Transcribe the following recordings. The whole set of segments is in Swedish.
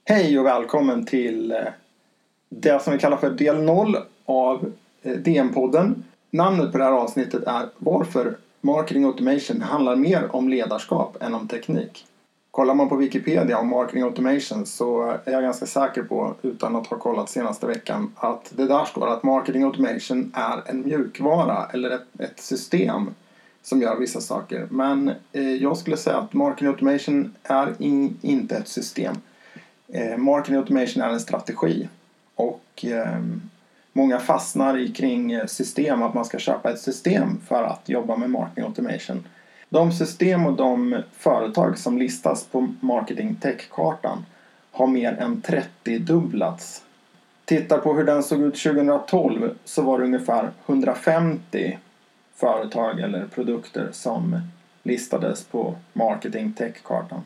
Hej och välkommen till det som vi kallar för del 0 av DM-podden. Namnet på det här avsnittet är Varför Marketing Automation handlar mer om ledarskap än om teknik. Kollar man på Wikipedia om Marketing Automation så är jag ganska säker på, utan att ha kollat senaste veckan, att det där står att Marketing Automation är en mjukvara eller ett system som gör vissa saker. Men jag skulle säga att Marketing Automation är inte ett system. Marketing Automation är en strategi och många fastnar kring system, att man ska köpa ett system för att jobba med Marketing Automation. De system och de företag som listas på Marketing Tech-kartan har mer än 30-dubblats. Tittar på hur den såg ut 2012 så var det ungefär 150 företag eller produkter som listades på Marketing Tech-kartan.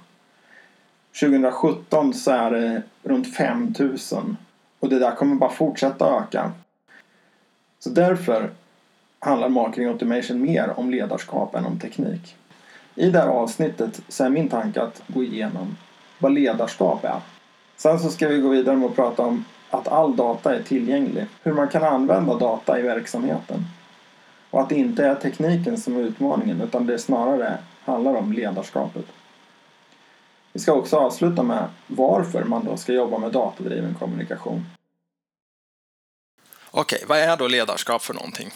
2017 så är det runt 5000 och det där kommer bara fortsätta öka. Så därför handlar Marketing Automation mer om ledarskap än om teknik. I det här avsnittet så är min tanke att gå igenom vad ledarskap är. Sen så ska vi gå vidare med att prata om att all data är tillgänglig. Hur man kan använda data i verksamheten. Och att det inte är tekniken som är utmaningen utan det snarare handlar om ledarskapet. Vi ska också avsluta med varför man då ska jobba med datadriven kommunikation. Okej, vad är då ledarskap för någonting?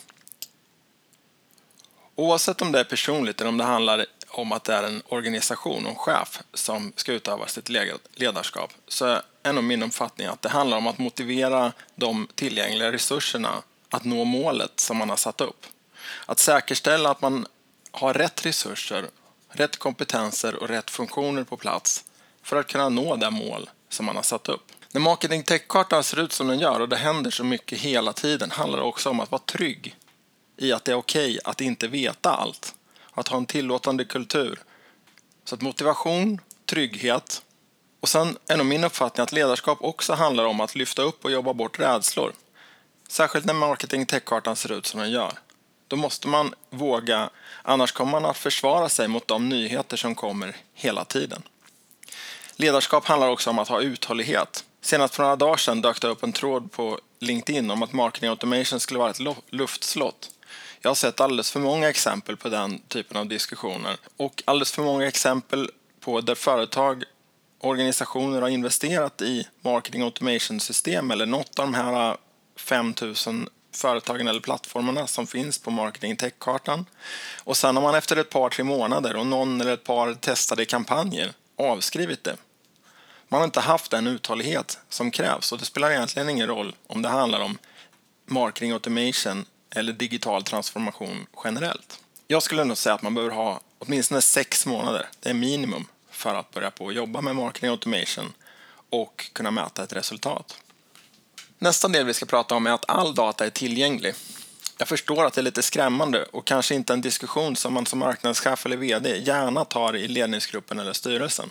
Oavsett om det är personligt eller om det handlar om att det är en organisation och en chef som ska utöva sitt ledarskap, så är nog min uppfattning att det handlar om att motivera de tillgängliga resurserna att nå målet som man har satt upp. Att säkerställa att man har rätt resurser, rätt kompetenser och rätt funktioner på plats för att kunna nå det mål som man har satt upp. När Marketing Tech-kartan ser ut som den gör och det händer så mycket hela tiden handlar det också om att vara trygg i att det är okej att inte veta allt. Att ha en tillåtande kultur. Så att motivation, trygghet och sen är nog min uppfattning att ledarskap också handlar om att lyfta upp och jobba bort rädslor. Särskilt när Marketing Tech-kartan ser ut som den gör. Då måste man våga, annars kommer man att försvara sig mot de nyheter som kommer hela tiden. Ledarskap handlar också om att ha uthållighet. Senast för några dagar sedan dök det upp en tråd på LinkedIn om att Marketing Automation skulle vara ett luftslott. Jag har sett alldeles för många exempel på den typen av diskussioner och alldeles för många exempel på där företag och organisationer har investerat i Marketing Automation-system eller något av de här 5000 företagen eller plattformarna som finns på Marketing Tech-kartan. Och sen har man efter ett par, 3 månader och någon eller ett par testade kampanjer avskrivit det. Man har inte haft den uthållighet som krävs och det spelar egentligen ingen roll om det handlar om Marketing Automation eller digital transformation generellt. Jag skulle nog säga att man behöver ha åtminstone 6 månader, det är minimum, för att börja på att jobba med Marketing Automation och kunna mäta ett resultat. Nästa del vi ska prata om är att all data är tillgänglig. Jag förstår att det är lite skrämmande och kanske inte en diskussion som man som marknadschef eller vd gärna tar i ledningsgruppen eller styrelsen.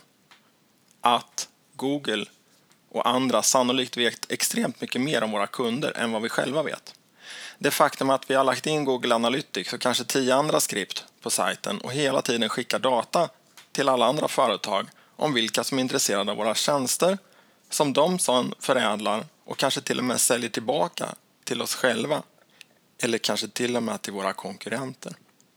Att Google och andra sannolikt vet extremt mycket mer om våra kunder än vad vi själva vet. Det faktum att vi har lagt in Google Analytics och kanske 10 andra skript på sajten och hela tiden skickar data till alla andra företag om vilka som är intresserade av våra tjänster som de sedan förädlar och kanske till och med säljer tillbaka till oss själva eller kanske till och med till våra konkurrenter.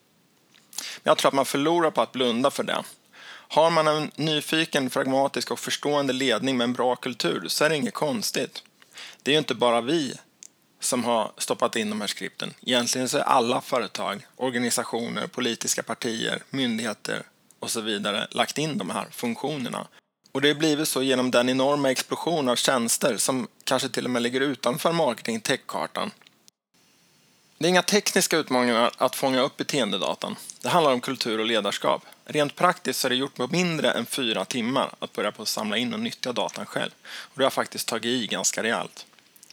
Men jag tror att man förlorar på att blunda för det. Har man en nyfiken, pragmatisk och förstående ledning med en bra kultur så är det inget konstigt. Det är ju inte bara vi som har stoppat in de här skripten. Egentligen så är alla företag, organisationer, politiska partier, myndigheter och så vidare lagt in de här funktionerna. Och det har blivit så genom den enorma explosion av tjänster som kanske till och med ligger utanför Marketing Tech-kartan. Det är inga tekniska utmaningar att fånga upp beteendedatan. Det handlar om kultur och ledarskap. Rent praktiskt så är det gjort på mindre än 4 timmar att börja på att samla in och nyttja datan själv. Och det har faktiskt tagit i ganska rejält.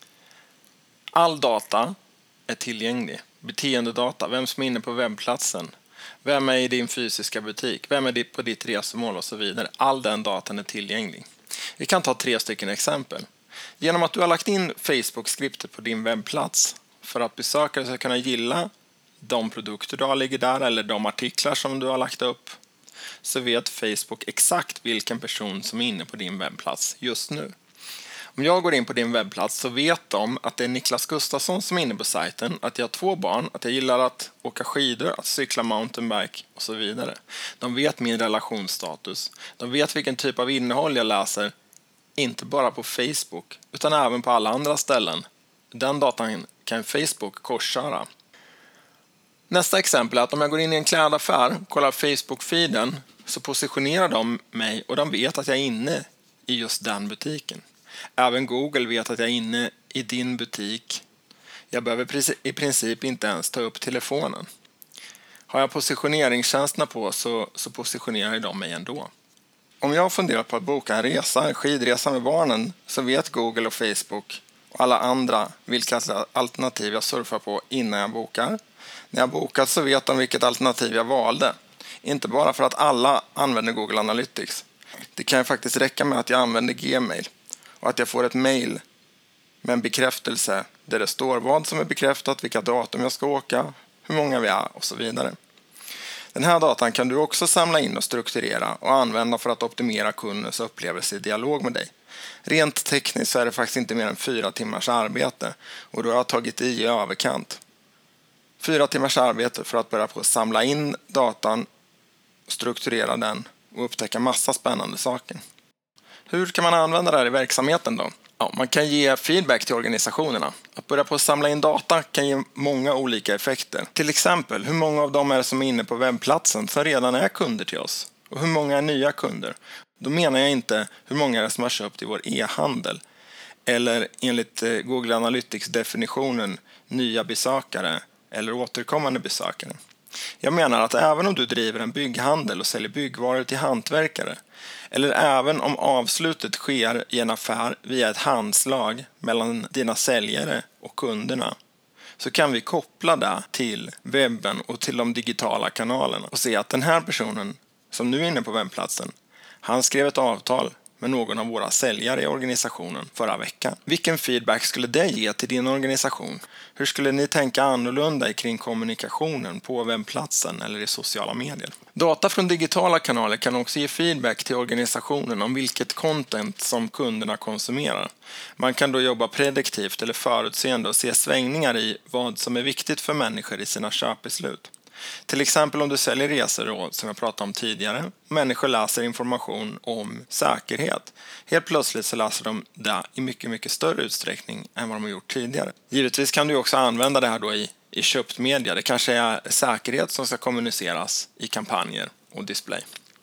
All data är tillgänglig. Beteendedata, vem som är inne på webbplatsen, vem är i din fysiska butik, vem är på ditt resmål och så vidare. All den datan är tillgänglig. Vi kan ta 3 stycken exempel. Genom att du har lagt in Facebook-skriptet på din webbplats för att besökare ska kunna gilla de produkter du har ligger där eller de artiklar som du har lagt upp så vet Facebook exakt vilken person som är inne på din webbplats just nu. Om jag går in på din webbplats så vet de att det är Niklas Gustafsson som är inne på sajten, att jag har 2 barn, att jag gillar att åka skidor, att cykla mountainbike och så vidare. De vet min relationsstatus. De vet vilken typ av innehåll jag läser, inte bara på Facebook utan även på alla andra ställen. Den datan kan Facebook korsköra. Nästa exempel är att om jag går in i en klädaffär och kollar Facebook-feeden så positionerar de mig och de vet att jag är inne i just den butiken. Även Google vet att jag är inne i din butik. Jag behöver i princip inte ens ta upp telefonen. Har jag positioneringstjänsterna på så positionerar de mig ändå. Om jag funderar på att boka en skidresa med barnen, så vet Google och Facebook och alla andra vilka alternativ jag surfar på innan jag bokar. När jag bokat så vet de vilket alternativ jag valde. Inte bara för att alla använder Google Analytics. Det kan ju faktiskt räcka med att jag använder Gmail och att jag får ett mail med en bekräftelse där det står vad som är bekräftat, vilka datum jag ska åka, hur många vi är och så vidare. Den här datan kan du också samla in och strukturera och använda för att optimera kundens upplevelse i dialog med dig. Rent tekniskt så är det faktiskt inte mer än 4 timmars arbete och då har jag tagit i överkant. 4 timmars arbete för att börja på att samla in datan, strukturera den och upptäcka massa spännande saker. Hur kan man använda det här i verksamheten då? Ja, man kan ge feedback till organisationerna. Att börja på att samla in data kan ge många olika effekter. Till exempel, hur många av dem är det som är inne på webbplatsen som redan är kunder till oss? Och hur många är nya kunder? Då menar jag inte hur många är det som har köpt i vår e-handel. Eller enligt Google Analytics definitionen nya besökare eller återkommande besökare. Jag menar att även om du driver en bygghandel och säljer byggvaror till hantverkare, eller även om avslutet sker i en affär via ett handslag mellan dina säljare och kunderna, så kan vi koppla det till webben och till de digitala kanalerna och se att den här personen som nu är inne på webbplatsen, han skrev ett avtal med någon av våra säljare i organisationen förra veckan. Vilken feedback skulle det ge till din organisation? Hur skulle ni tänka annorlunda kring kommunikationen på webbplatsen eller i sociala medier? Data från digitala kanaler kan också ge feedback till organisationen om vilket content som kunderna konsumerar. Man kan då jobba prediktivt eller förutseende och se svängningar i vad som är viktigt för människor i sina köpbeslut. Till exempel om du säljer resor då, som jag pratade om tidigare. Människor läser information om säkerhet. Helt plötsligt så läser de det i mycket, mycket större utsträckning än vad de har gjort tidigare. Givetvis kan du också använda det här då i köpt media. Det kanske är säkerhet som ska kommuniceras i kampanjer och display.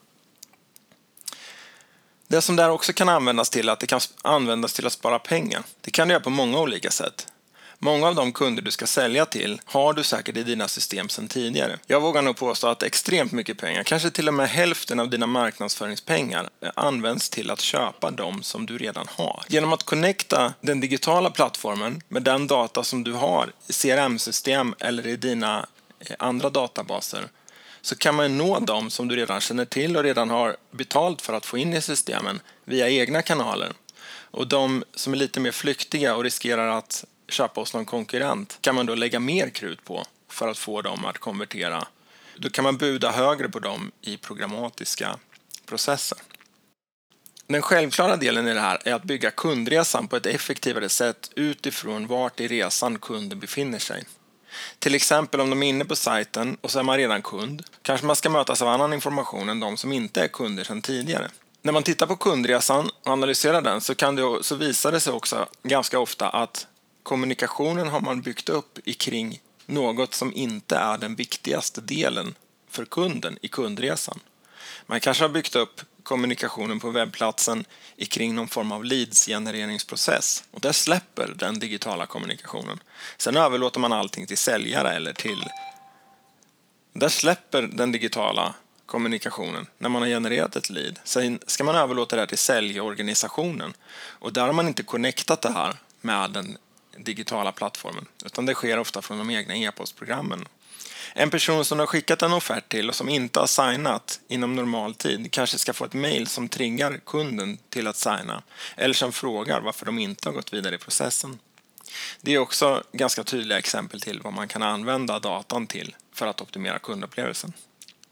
Det som där också kan användas till att det kan användas till att spara pengar. Det kan du göra på många olika sätt. Många av de kunder du ska sälja till har du säkert i dina system sedan tidigare. Jag vågar nog påstå att extremt mycket pengar, kanske till och med hälften av dina marknadsföringspengar, används till att köpa de som du redan har. Genom att connecta den digitala plattformen med den data som du har i CRM-system eller i dina andra databaser, så kan man nå dem som du redan känner till och redan har betalt för att få in i systemen via egna kanaler. Och de som är lite mer flyktiga och riskerar att köpa hos någon konkurrent kan man då lägga mer krut på för att få dem att konvertera. Då kan man buda högre på dem i programmatiska processer. Den självklara delen i det här är att bygga kundresan på ett effektivare sätt utifrån vart i resan kunden befinner sig. Till exempel om de är inne på sajten och så är man redan kund, kanske man ska mötas av annan information än de som inte är kunder sedan tidigare. När man tittar på kundresan och analyserar den så visar det sig också ganska ofta att kommunikationen har man byggt upp kring något som inte är den viktigaste delen för kunden i kundresan. Man kanske har byggt upp kommunikationen på webbplatsen kring någon form av leads-genereringsprocess. Och där släpper den digitala kommunikationen. Sen överlåter man allting till säljare eller till... Där släpper den digitala kommunikationen när man har genererat ett lead. Sen ska man överlåta det här till säljorganisationen. Och där har man inte connectat det här med den digitala plattformen, utan det sker ofta från de egna e-postprogrammen. En person som har skickat en offert till och som inte har signat inom normal tid kanske ska få ett mejl som triggar kunden till att signa, eller som frågar varför de inte har gått vidare i processen. Det är också ganska tydliga exempel till vad man kan använda datan till för att optimera kundupplevelsen.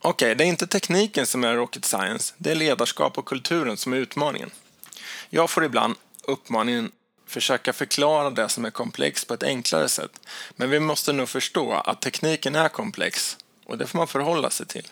Okej, det är inte tekniken som är rocket science, det är ledarskap och kulturen som är utmaningen. Jag får ibland uppmaningen försöka förklara det som är komplext på ett enklare sätt, men vi måste nog förstå att tekniken är komplex och det får man förhålla sig till.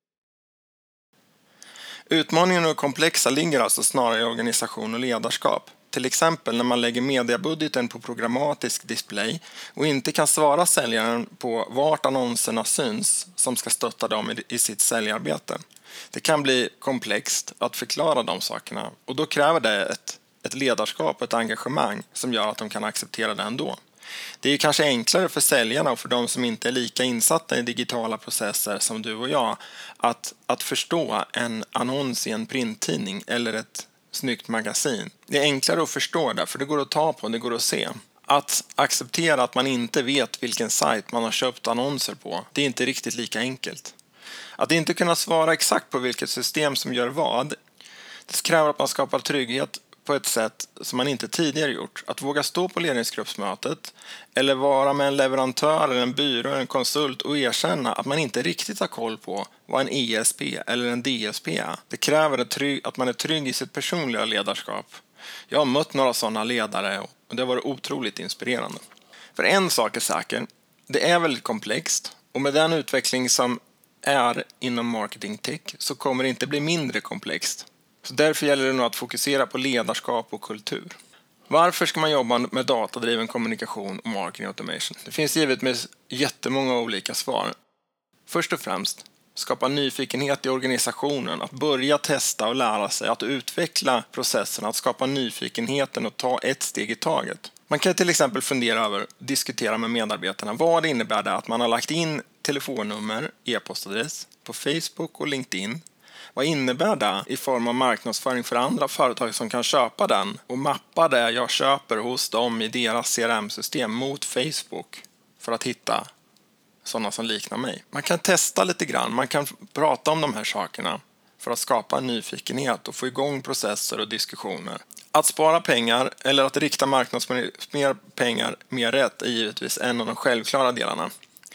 Utmaningen och komplexa ligger alltså snarare i organisation och ledarskap. Till exempel när man lägger mediabudgeten på programmatisk display och inte kan svara säljaren på vart annonserna syns som ska stötta dem i sitt säljarbete. Det kan bli komplext att förklara de sakerna och då kräver det ett ledarskap och ett engagemang som gör att de kan acceptera det ändå. Det är kanske enklare för säljarna och för de som inte är lika insatta i digitala processer som du och jag att förstå en annons i en printtidning eller ett snyggt magasin. Det är enklare att förstå det för det går att ta på, det går att se. Att acceptera att man inte vet vilken sajt man har köpt annonser på, det är inte riktigt lika enkelt. Att inte kunna svara exakt på vilket system som gör vad, det kräver att man skapar trygghet på ett sätt som man inte tidigare gjort. Att våga stå på ledningsgruppsmötet eller vara med en leverantör eller en byrå eller en konsult och erkänna att man inte riktigt har koll på vad en ESP eller en DSP är. Det kräver att man är trygg i sitt personliga ledarskap. Jag har mött några sådana ledare och det har varit otroligt inspirerande. För en sak är säker, det är väldigt komplext och med den utveckling som är inom marketing tech så kommer det inte bli mindre komplext. Så därför gäller det nog att fokusera på ledarskap och kultur. Varför ska man jobba med datadriven kommunikation och marketing automation? Det finns givetvis jättemånga olika svar. Först och främst, skapa nyfikenhet i organisationen, att börja testa och lära sig, att utveckla processen, att skapa nyfikenheten och ta ett steg i taget. Man kan till exempel fundera över, diskutera med medarbetarna, vad innebär det att man har lagt in telefonnummer, e-postadress på Facebook och LinkedIn. Vad innebär det i form av marknadsföring för andra företag som kan köpa den och mappa det jag köper hos dem i deras CRM-system mot Facebook för att hitta sådana som liknar mig. Man kan testa lite grann, man kan prata om de här sakerna för att skapa en nyfikenhet och få igång processer och diskussioner. Att spara pengar eller att rikta marknadspengar mer rätt är givetvis en av de självklara delarna.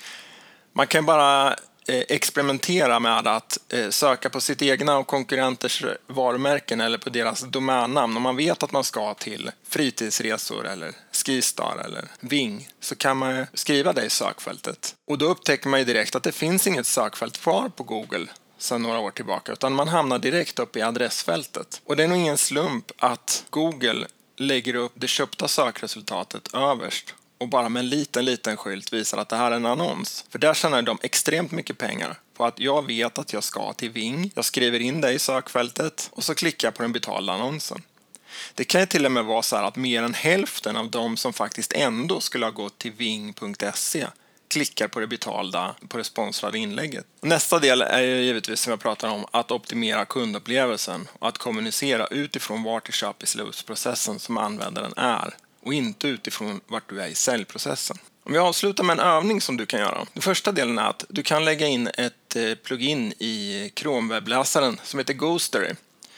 Man kan bara experimentera med att söka på sitt egna och konkurrenters varumärken eller på deras domännamn. Om man vet att man ska till fritidsresor eller Skistar eller Ving så kan man skriva det i sökfältet. Och då upptäcker man ju direkt att det finns inget sökfält kvar på Google sedan några år tillbaka utan man hamnar direkt upp i adressfältet. Och det är nog ingen slump att Google lägger upp det köpta sökresultatet överst och bara med en liten skylt visar att det här är en annons. För där tjänar de extremt mycket pengar på att jag vet att jag ska till Ving. Jag skriver in det i sökfältet och så klickar jag på den betalda annonsen. Det kan ju till och med vara så här att mer än hälften av de som faktiskt ändå skulle ha gått till ving.se klickar på det betalda, på det sponsrade inlägget. Och nästa del är ju givetvis som jag pratar om att optimera kundupplevelsen och att kommunicera utifrån vart i köpbeslutsprocessen som användaren är. Och inte utifrån vart du är i säljprocessen. Om vi avslutar med en övning som du kan göra. Den första delen är att du kan lägga in ett plugin i Chrome-webbläsaren som heter Ghostery.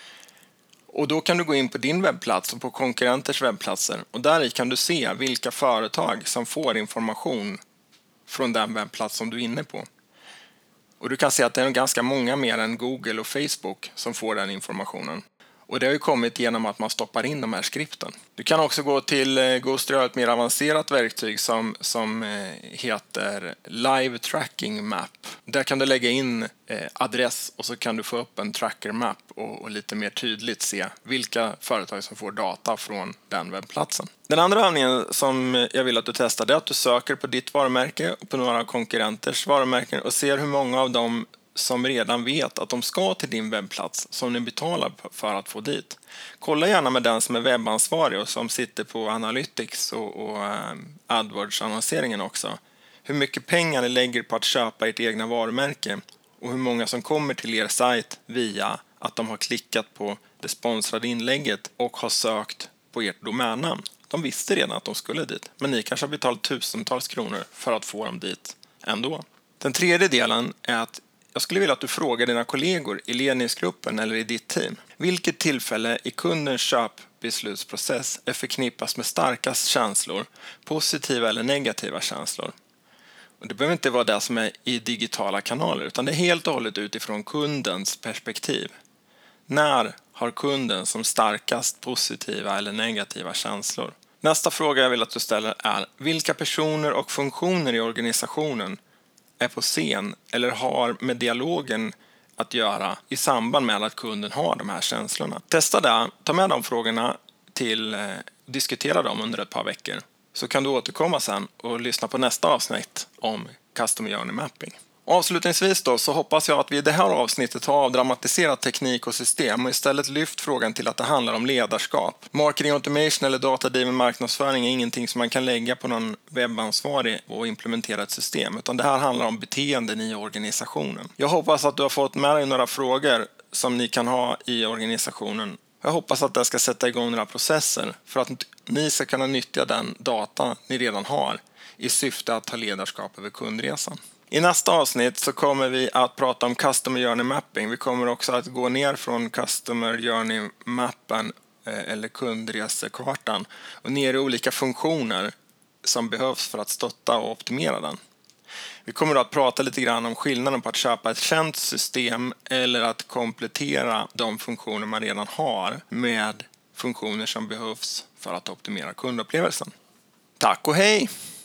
Och då kan du gå in på din webbplats och på konkurrenters webbplatser. Och där kan du se vilka företag som får information från den webbplats som du är inne på. Och du kan se att det är ganska många mer än Google och Facebook som får den informationen. Och det har ju kommit genom att man stoppar in de här skripten. Du kan också gå till Ghostery, ett mer avancerat verktyg som heter Live Tracking Map. Där kan du lägga in adress och så kan du få upp en tracker map och lite mer tydligt se vilka företag som får data från den webbplatsen. Den andra övningen som jag vill att du testar är att du söker på ditt varumärke och på några konkurrenters varumärken och ser hur många av dem som redan vet att de ska till din webbplats som ni betalar för att få dit. Kolla gärna med den som är webbansvarig och som sitter på Analytics och AdWords-annonseringen också. Hur mycket pengar ni lägger på att köpa ert egna varumärke och hur många som kommer till er sajt via att de har klickat på det sponsrade inlägget och har sökt på ert domännamn. De visste redan att de skulle dit, men ni kanske har betalat tusentals kronor för att få dem dit ändå. Den tredje delen är att jag skulle vilja att du frågar dina kollegor i ledningsgruppen eller i ditt team. Vilket tillfälle i kundens köpbeslutsprocess är förknippas med starkast känslor, positiva eller negativa känslor? Och det behöver inte vara det som är i digitala kanaler, utan det är helt och hållet utifrån kundens perspektiv. När har kunden som starkast positiva eller negativa känslor? Nästa fråga jag vill att du ställer är: vilka personer och funktioner i organisationen är på scen eller har med dialogen att göra i samband med att kunden har de här känslorna? Testa det, ta med de frågorna till diskutera dem under ett par veckor. Så kan du återkomma sen och lyssna på nästa avsnitt om Customer Journey Mapping. Avslutningsvis då, så hoppas jag att vi i det här avsnittet har avdramatiserat teknik och system och istället lyft frågan till att det handlar om ledarskap. Marketing automation eller datadriven marknadsföring är ingenting som man kan lägga på någon webbansvarig och implementera ett system, utan det här handlar om beteenden i organisationen. Jag hoppas att du har fått med dig några frågor som ni kan ha i organisationen. Jag hoppas att det ska sätta igång några processer för att ni ska kunna nyttja den data ni redan har i syfte att ta ledarskap över kundresan. I nästa avsnitt så kommer vi att prata om Customer Journey Mapping. Vi kommer också att gå ner från Customer Journey Mappen eller kundresekartan och ner i olika funktioner som behövs för att stötta och optimera den. Vi kommer att prata lite grann om skillnaden på att köpa ett känt system eller att komplettera de funktioner man redan har med funktioner som behövs för att optimera kundupplevelsen. Tack och hej!